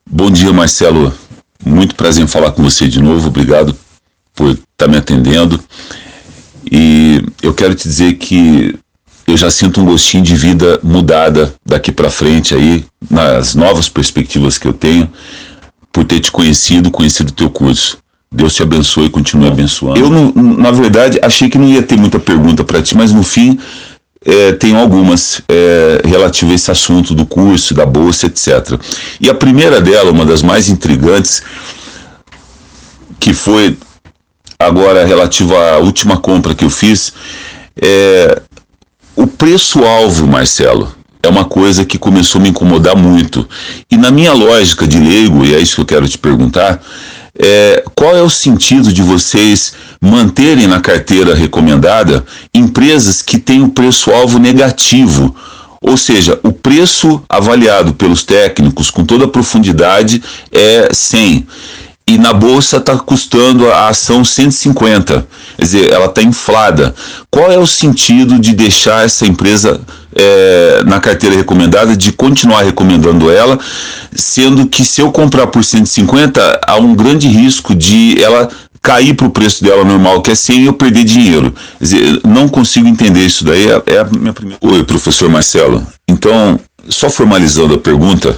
Bom dia, Marcelo. Muito prazer em falar com você de novo. Obrigado por estar me atendendo. E eu quero te dizer que eu já sinto um gostinho de vida mudada daqui para frente aí, nas novas perspectivas que eu tenho, por ter te conhecido o teu curso. Deus te abençoe e continue abençoando. Eu, na verdade, achei que não ia ter muita pergunta para ti, mas no fim tenho algumas relativas a esse assunto do curso, da bolsa, etc. E a primeira dela, uma das mais intrigantes, que foi agora relativa à última compra que eu fiz, o preço-alvo, Marcelo, é uma coisa que começou a me incomodar muito. E na minha lógica de leigo, e é isso que eu quero te perguntar, qual é o sentido de vocês manterem na carteira recomendada empresas que têm o preço-alvo negativo? Ou seja, o preço avaliado pelos técnicos com toda a profundidade é 100. E na bolsa está custando a ação 150. Quer dizer, ela está inflada. Qual é o sentido de deixar essa empresa na carteira recomendada, de continuar recomendando ela, sendo que se eu comprar por 150, há um grande risco de ela cair para o preço dela normal, que é 100, e eu perder dinheiro? Quer dizer, não consigo entender isso daí. É a minha primeira... Oi, professor Marcelo. Então, só formalizando a pergunta,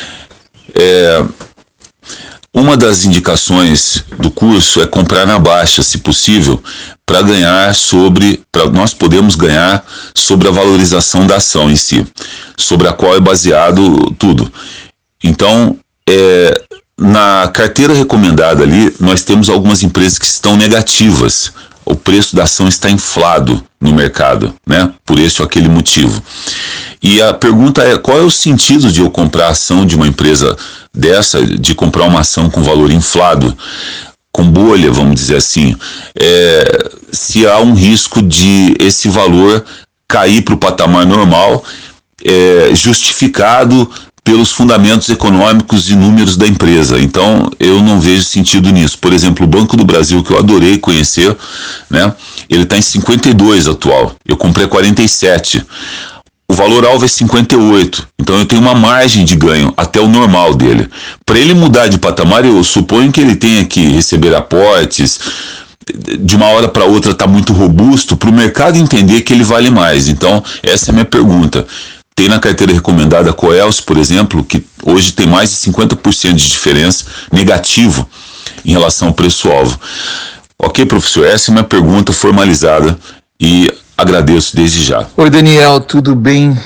uma das indicações do curso é comprar na baixa, se possível, para nós podermos ganhar sobre a valorização da ação em si, sobre a qual é baseado tudo. Então, na carteira recomendada ali, nós temos algumas empresas que estão negativas. O preço da ação está inflado no mercado, né? Por esse ou aquele motivo. E a pergunta é, qual é o sentido de eu comprar a ação de uma empresa dessa, de comprar uma ação com valor inflado, com bolha, vamos dizer assim, se há um risco de esse valor cair para o patamar normal, justificado pelos fundamentos econômicos e números da empresa. Então, eu não vejo sentido nisso. Por exemplo, o Banco do Brasil, que eu adorei conhecer, né, ele está em 52 atual. Eu comprei 47. O valor-alvo é 58. Então, eu tenho uma margem de ganho até o normal dele. Para ele mudar de patamar, eu suponho que ele tenha que receber aportes. De uma hora para outra está muito robusto para o mercado entender que ele vale mais. Então, essa é a minha pergunta. Tem na carteira recomendada a Coelce, por exemplo, que hoje tem mais de 50% de diferença negativo em relação ao preço-alvo. Ok, professor, essa é a minha pergunta formalizada e agradeço desde já. Oi, Daniel, tudo bem?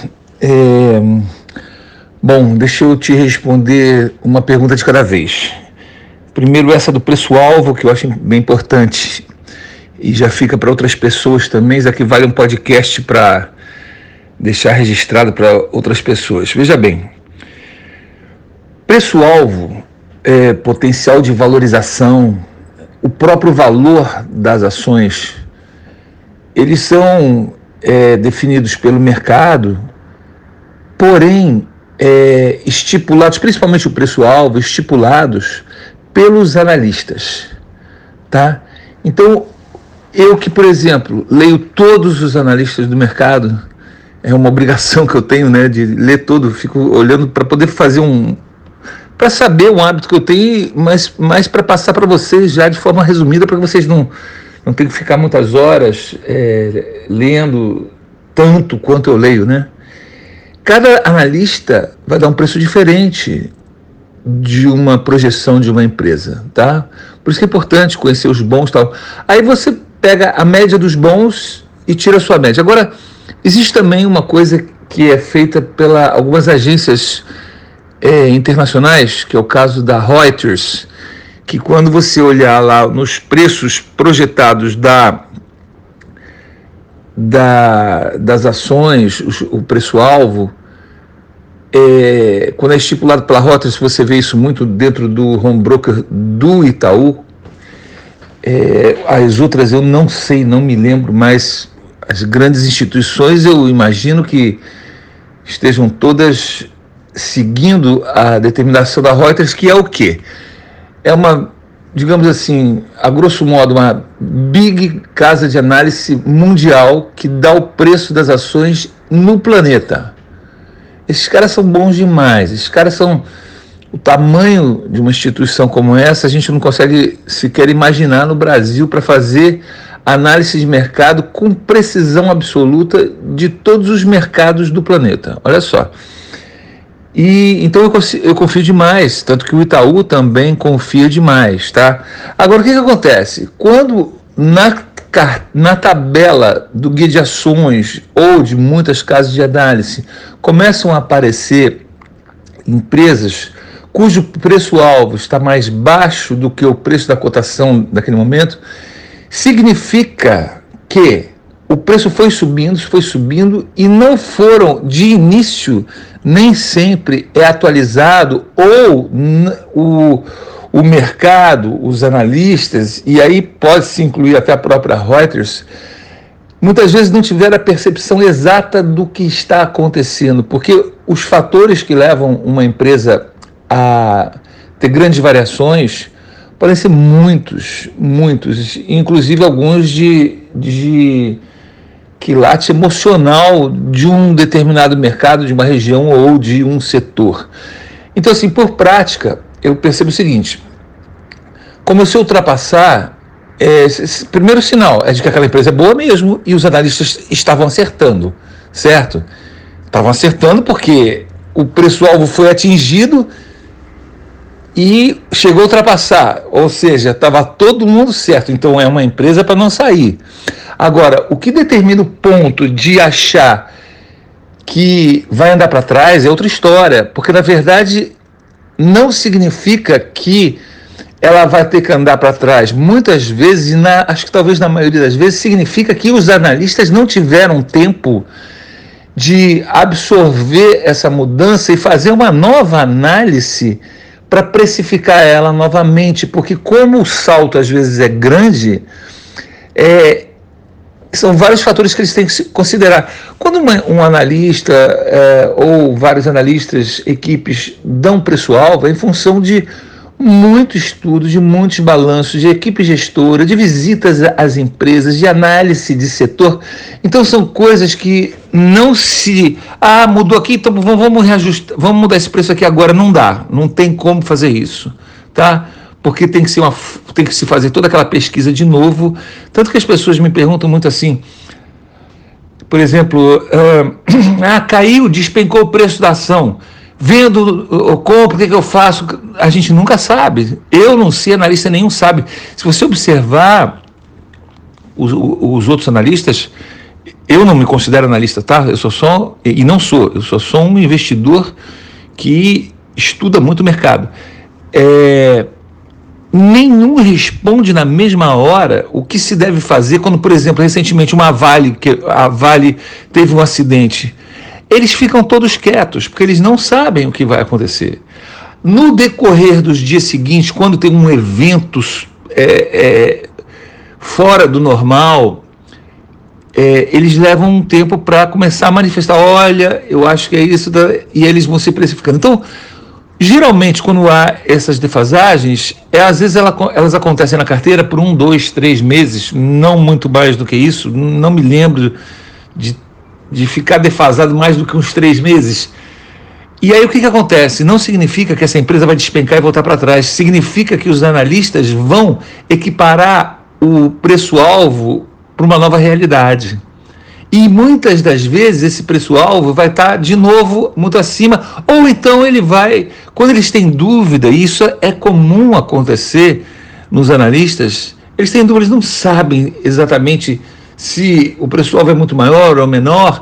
Bom, deixa eu te responder uma pergunta de cada vez. Primeiro, essa do preço-alvo, que eu acho bem importante e já fica para outras pessoas também. Isso aqui vale um podcast para deixar registrado para outras pessoas. Veja bem, preço-alvo, potencial de valorização, o próprio valor das ações, eles são definidos pelo mercado, porém estipulados, principalmente o preço-alvo, estipulados pelos analistas, tá? Então, eu que, por exemplo, leio todos os analistas do mercado, é uma obrigação que eu tenho, né, de ler tudo, fico olhando para poder fazer para saber um hábito que eu tenho, mas para passar para vocês já de forma resumida, para que vocês não tenham que ficar muitas horas lendo tanto quanto eu leio, né? Cada analista vai dar um preço diferente de uma projeção de uma empresa, tá? Por isso que é importante conhecer os bons e tal. Aí você pega a média dos bons e tira a sua média. Agora, existe também uma coisa que é feita por algumas agências internacionais, que é o caso da Reuters, que quando você olhar lá nos preços projetados das ações, o preço-alvo, quando é estipulado pela Reuters, você vê isso muito dentro do home broker do Itaú. As outras eu não sei, não me lembro, mas as grandes instituições eu imagino que estejam todas seguindo a determinação da Reuters, que é o quê? É uma, digamos assim, a grosso modo, uma big casa de análise mundial que dá o preço das ações no planeta. Esses caras são bons demais, esses caras são O tamanho de uma instituição como essa, a gente não consegue sequer imaginar no Brasil para fazer análise de mercado com precisão absoluta de todos os mercados do planeta. Olha só. E então eu confio demais, tanto que o Itaú também confia demais, tá? Agora, o que acontece? Quando na tabela do guia de ações ou de muitas casas de análise começam a aparecer empresas cujo preço-alvo está mais baixo do que o preço da cotação daquele momento, significa que o preço foi subindo e não foram, de início, nem sempre é atualizado, ou o mercado, os analistas, e aí pode-se incluir até a própria Reuters, muitas vezes não tiveram a percepção exata do que está acontecendo, porque os fatores que levam uma empresa a ter grandes variações podem ser muitos, inclusive alguns de quilate emocional de um determinado mercado, de uma região ou de um setor. Então, assim, por prática, eu percebo o seguinte: como se ultrapassar, primeiro sinal é de que aquela empresa é boa mesmo e os analistas estavam acertando, certo? Estavam acertando porque o preço-alvo foi atingido e chegou a ultrapassar, ou seja, estava todo mundo certo, então é uma empresa para não sair. Agora, o que determina o ponto de achar que vai andar para trás é outra história, porque na verdade não significa que ela vai ter que andar para trás. Muitas vezes, acho que talvez na maioria das vezes, significa que os analistas não tiveram tempo de absorver essa mudança e fazer uma nova análise para precificar ela novamente, porque como o salto às vezes é grande, são vários fatores que eles têm que se considerar. Quando um analista ou vários analistas, equipes, dão preço-alvo, é em função de muito estudo, de muitos balanços, de equipe gestora, de visitas às empresas, de análise de setor. Então são coisas que não se... mudou aqui, então vamos reajustar, vamos mudar esse preço aqui agora. Não dá, não tem como fazer isso, tá? Porque tem que se fazer toda aquela pesquisa de novo. Tanto que as pessoas me perguntam muito assim, por exemplo, caiu, despencou o preço da ação. Vendo ou compro, o que eu faço? A gente nunca sabe. Eu não sei, analista nenhum sabe. Se você observar os outros analistas, eu não me considero analista, tá? Eu sou só um investidor que estuda muito o mercado. Nenhum responde na mesma hora o que se deve fazer quando, por exemplo, recentemente a Vale teve um acidente. Eles ficam todos quietos, porque eles não sabem o que vai acontecer. No decorrer dos dias seguintes, quando tem um evento fora do normal, eles levam um tempo para começar a manifestar, olha, eu acho que é isso, e eles vão se precificando. Então, geralmente, quando há essas defasagens, às vezes elas acontecem na carteira por 1, 2, 3 meses, não muito mais do que isso, não me lembro de ficar defasado mais do que uns 3 meses. E aí o que acontece? Não significa que essa empresa vai despencar e voltar para trás, significa que os analistas vão equiparar o preço-alvo para uma nova realidade. E muitas das vezes esse preço-alvo vai estar de novo muito acima, ou então ele vai, quando eles têm dúvida, e isso é comum acontecer nos analistas, eles têm dúvida, eles não sabem exatamente se o preço-alvo é muito maior ou menor.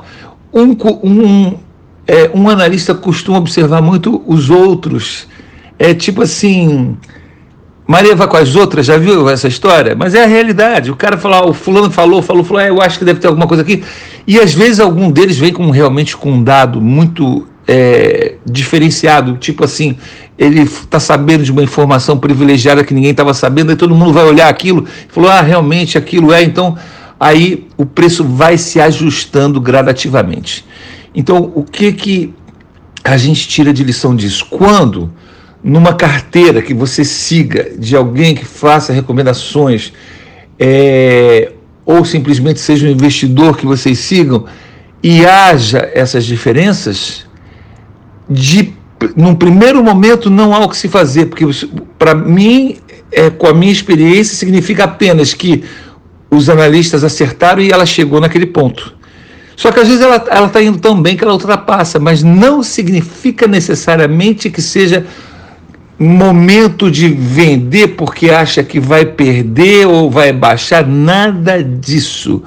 Um analista costuma observar muito os outros. Tipo assim, Maria vai com as outras, já viu essa história? Mas é a realidade. O cara fala, o fulano falou, eu acho que deve ter alguma coisa aqui. E às vezes algum deles vem realmente com um dado muito diferenciado, tipo assim, ele está sabendo de uma informação privilegiada que ninguém estava sabendo, e todo mundo vai olhar aquilo e falou, realmente aquilo então... Aí o preço vai se ajustando gradativamente. Então, o que a gente tira de lição disso? Quando, numa carteira que você siga de alguém que faça recomendações, ou simplesmente seja um investidor que vocês sigam, e haja essas diferenças, de num primeiro momento não há o que se fazer, porque para mim, com a minha experiência, significa apenas que os analistas acertaram e ela chegou naquele ponto. Só que às vezes ela está indo tão bem que ela ultrapassa, mas não significa necessariamente que seja momento de vender porque acha que vai perder ou vai baixar, nada disso.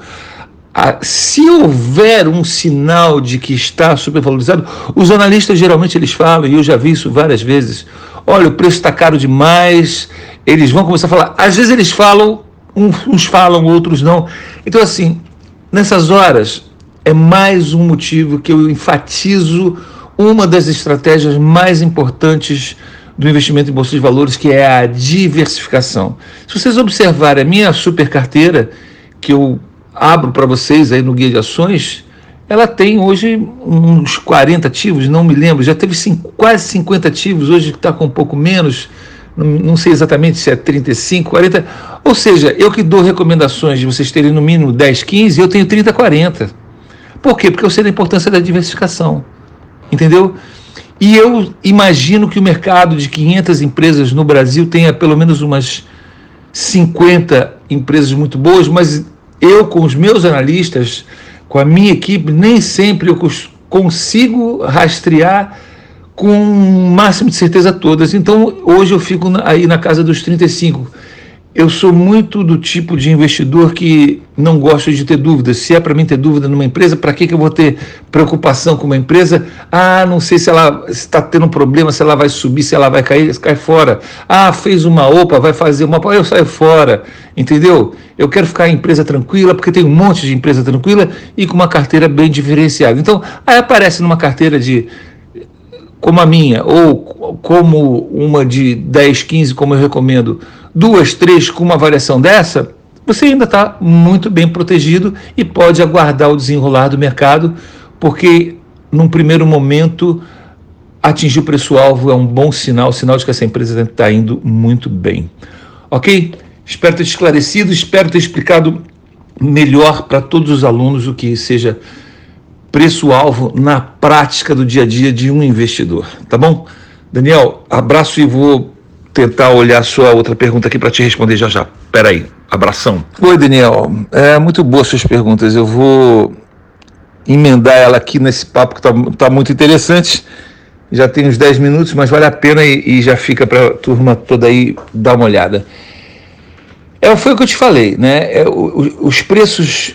Se houver um sinal de que está supervalorizado, os analistas geralmente eles falam, e eu já vi isso várias vezes, olha, o preço está caro demais, eles vão começar a falar, às vezes eles falam, uns falam, outros não. Então assim, nessas horas, é mais um motivo que eu enfatizo uma das estratégias mais importantes do investimento em bolsa de valores, que é a diversificação. Se vocês observarem a minha super carteira, que eu abro para vocês aí no Guia de Ações, ela tem hoje uns 40 ativos, não me lembro, já teve quase 50 ativos, hoje está com um pouco menos, não sei exatamente se é 35, 40, ou seja, eu que dou recomendações de vocês terem no mínimo 10, 15, eu tenho 30, 40. Por quê? Porque eu sei da importância da diversificação, entendeu? E eu imagino que o mercado de 500 empresas no Brasil tenha pelo menos umas 50 empresas muito boas, mas eu, com os meus analistas, com a minha equipe, nem sempre eu consigo rastrear com o máximo de certeza todas. Então, hoje eu fico aí na casa dos 35. Eu sou muito do tipo de investidor que não gosto de ter dúvidas. Se é para mim ter dúvida numa empresa, para que eu vou ter preocupação com uma empresa? Não sei se ela está tendo um problema, se ela vai subir, se ela vai cair, cai fora. Fez uma OPA, vai fazer uma OPA, eu saio fora, entendeu? Eu quero ficar em empresa tranquila, porque tem um monte de empresa tranquila e com uma carteira bem diferenciada. Então, aí aparece numa carteira como a minha, ou como uma de 10, 15, como eu recomendo, 2, 3 com uma variação dessa, você ainda está muito bem protegido e pode aguardar o desenrolar do mercado, porque num primeiro momento atingir o preço-alvo é um bom sinal de que essa empresa está indo muito bem. Ok? Espero ter te esclarecido, espero ter explicado melhor para todos os alunos o que seja preço-alvo na prática do dia a dia de um investidor, tá bom? Daniel, abraço e vou tentar olhar a sua outra pergunta aqui para te responder já. Espera aí, abração. Oi, Daniel, muito boas suas perguntas, eu vou emendar ela aqui nesse papo que tá muito interessante, já tem uns 10 minutos, mas vale a pena e já fica para a turma toda aí dar uma olhada. Foi o que eu te falei, né? Os preços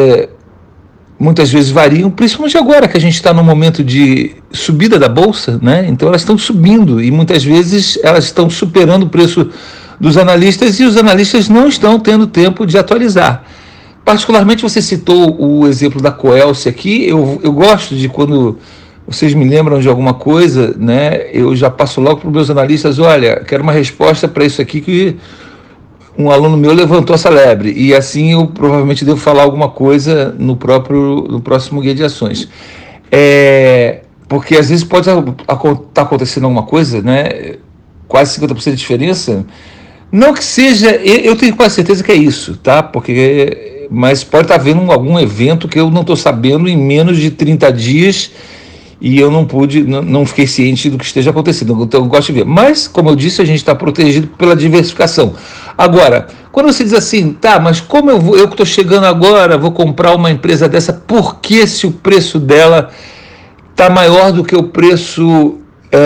muitas vezes variam, principalmente agora que a gente está num momento de subida da Bolsa, né? Então elas estão subindo e muitas vezes elas estão superando o preço dos analistas e os analistas não estão tendo tempo de atualizar. Particularmente você citou o exemplo da Coelce aqui, eu gosto de quando vocês me lembram de alguma coisa, né? Eu já passo logo para os meus analistas, olha, quero uma resposta para isso aqui que um aluno meu levantou essa lebre, e assim eu provavelmente devo falar alguma coisa no próximo Guia de Ações. Porque às vezes pode estar acontecendo alguma coisa, né? Quase 50% de diferença. Não que seja, eu tenho quase certeza que é isso, tá? Mas pode estar havendo algum evento que eu não estou sabendo em menos de 30 dias e eu não fiquei ciente do que esteja acontecendo, então eu gosto de ver. Mas, como eu disse, a gente está protegido pela diversificação. Agora, quando você diz assim, tá, mas como eu que estou chegando agora, vou comprar uma empresa dessa, por que se o preço dela está maior do que o preço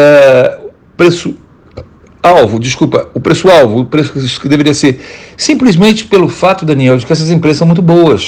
que deveria ser? Simplesmente pelo fato, Daniel, de que essas empresas são muito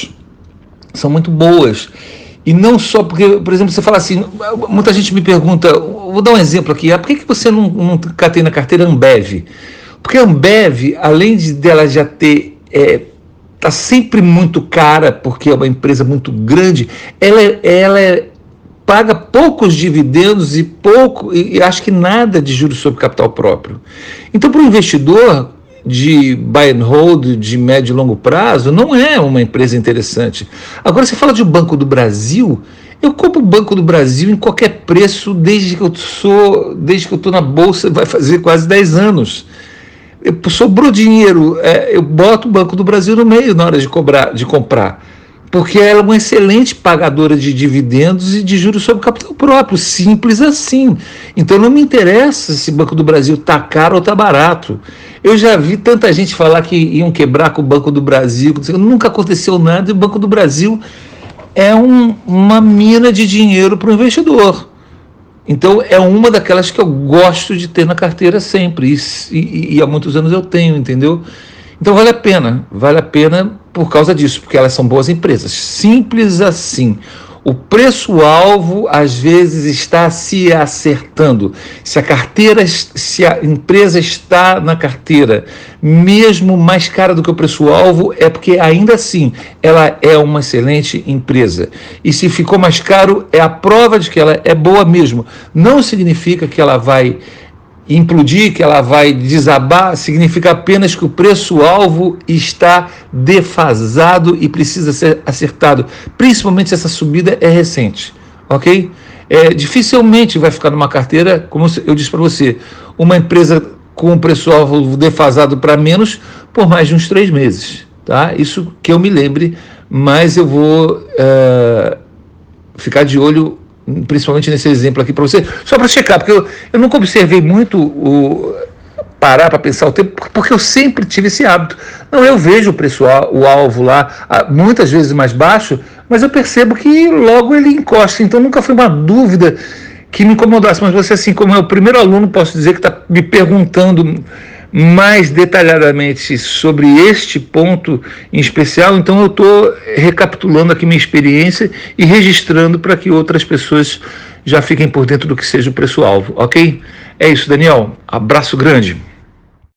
boas. E não só porque, por exemplo, você fala assim, muita gente me pergunta, vou dar um exemplo aqui, por que você não tem na carteira Ambev? Porque a Ambev, além dela já ter, está sempre muito cara, porque é uma empresa muito grande, ela paga poucos dividendos e acho que nada de juros sobre capital próprio. Então, para o investidor de buy and hold, de médio e longo prazo, não é uma empresa interessante. Agora, você fala de Banco do Brasil, eu compro o Banco do Brasil em qualquer preço desde que eu estou na Bolsa, vai fazer quase 10 anos. Sobrou dinheiro, eu boto o Banco do Brasil no meio na hora de comprar. porque ela é uma excelente pagadora de dividendos e de juros sobre capital próprio, simples assim. Então não me interessa se o Banco do Brasil está caro ou está barato. Eu já vi tanta gente falar que iam quebrar com o Banco do Brasil, nunca aconteceu nada, e o Banco do Brasil é uma mina de dinheiro para o investidor. Então é uma daquelas que eu gosto de ter na carteira sempre, e há muitos anos eu tenho, entendeu? Então vale a pena por causa disso, porque elas são boas empresas, simples assim. O preço-alvo às vezes está se acertando. Se a empresa está na carteira mesmo mais cara do que o preço-alvo, é porque ainda assim ela é uma excelente empresa. E se ficou mais caro, é a prova de que ela é boa mesmo. Não significa que ela vai implodir, que ela vai desabar, significa apenas que o preço-alvo está defasado e precisa ser acertado, principalmente se essa subida é recente, ok? Dificilmente vai ficar numa carteira, como eu disse para você, uma empresa com o preço-alvo defasado para menos por mais de uns 3 meses, tá? Isso que eu me lembre, mas eu vou ficar de olho principalmente nesse exemplo aqui para você, só para checar, porque eu nunca observei muito parar para pensar o tempo, porque eu sempre tive esse hábito. Não, eu vejo o alvo lá, muitas vezes mais baixo, mas eu percebo que logo ele encosta, então nunca foi uma dúvida que me incomodasse, mas você, assim, como é o primeiro aluno, posso dizer que está me perguntando mais detalhadamente sobre este ponto em especial, então eu estou recapitulando aqui minha experiência e registrando para que outras pessoas já fiquem por dentro do que seja o preço-alvo, ok? É isso, Daniel. Abraço grande.